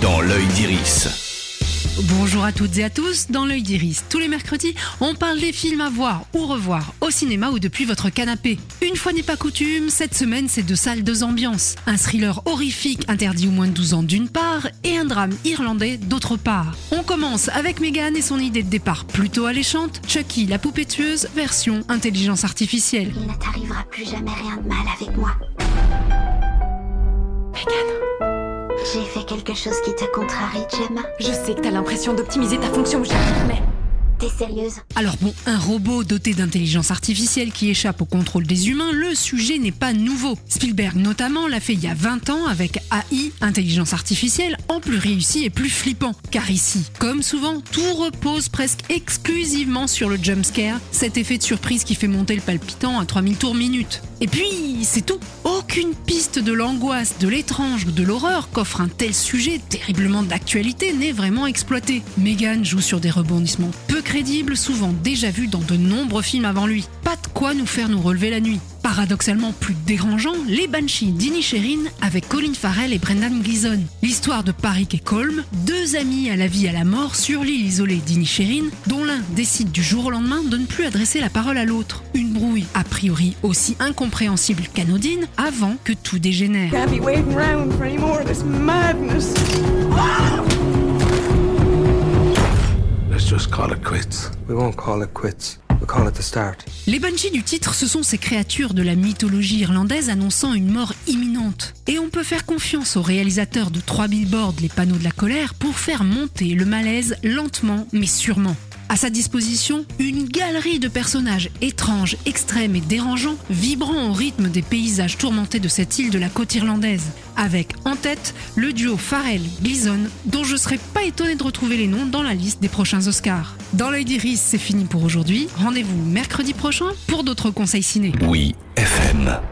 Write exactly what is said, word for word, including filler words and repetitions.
dans l'œil d'Iris. Bonjour à toutes et à tous, dans l'œil d'Iris, tous les mercredis, on parle des films à voir ou revoir au cinéma ou depuis votre canapé. Une fois n'est pas coutume, cette semaine c'est deux salles, deux ambiances. Un thriller horrifique interdit aux moins de douze ans d'une part et un drame irlandais d'autre part. On commence avec Megan et son idée de départ plutôt alléchante, Chucky la poupée tueuse version intelligence artificielle. Il ne t'arrivera plus jamais rien de mal avec moi. Megan, J'ai fait quelque chose qui te contrarie, Gemma. je sais que t'as l'impression d'optimiser ta fonction, Jackie, mais... T'es sérieuse? Alors bon, un robot doté d'intelligence artificielle qui échappe au contrôle des humains, le sujet n'est pas nouveau. Spielberg notamment l'a fait il y a vingt ans avec A I, intelligence artificielle, en plus réussi et plus flippant. Car ici, comme souvent, tout repose presque exclusivement sur le jumpscare, cet effet de surprise qui fait monter le palpitant à trois mille tours minute. Et puis, c'est tout. Aucune piste de l'angoisse, de l'étrange ou de l'horreur qu'offre un tel sujet terriblement d'actualité n'est vraiment exploité. Megan joue sur des rebondissements peu crédibles, souvent déjà vus dans de nombreux films avant lui. Pas de quoi nous faire nous relever la nuit. Paradoxalement plus dérangeant, les Banshees d'Inisherin avec Colin Farrell et Brendan Gleeson. L'histoire de Parik et Colm, deux amis à la vie et à la mort sur l'île isolée d'Inisherin, dont l'un décide du jour au lendemain de ne plus adresser la parole à l'autre. Une brouille a priori aussi incompréhensible qu'anodine avant que tout dégénère. Can't be waiting around for any more of this madness. Let's just call it quits. We won't call it quits. We'll call it the start. Les Banshees du titre, ce sont ces créatures de la mythologie irlandaise annonçant une mort imminente. Et on peut faire confiance au réalisateur de Trois Billboards, les panneaux de la colère, pour faire monter le malaise lentement mais sûrement. À sa disposition, une galerie de personnages étranges, extrêmes et dérangeants, vibrant au rythme des paysages tourmentés de cette île de la côte irlandaise. Avec, en tête, le duo Farrell-Gleeson, dont je serais pas étonné de retrouver les noms dans la liste des prochains Oscars. Dans l'œil d'Iris, c'est fini pour aujourd'hui. Rendez-vous mercredi prochain pour d'autres conseils ciné. Oui, F M.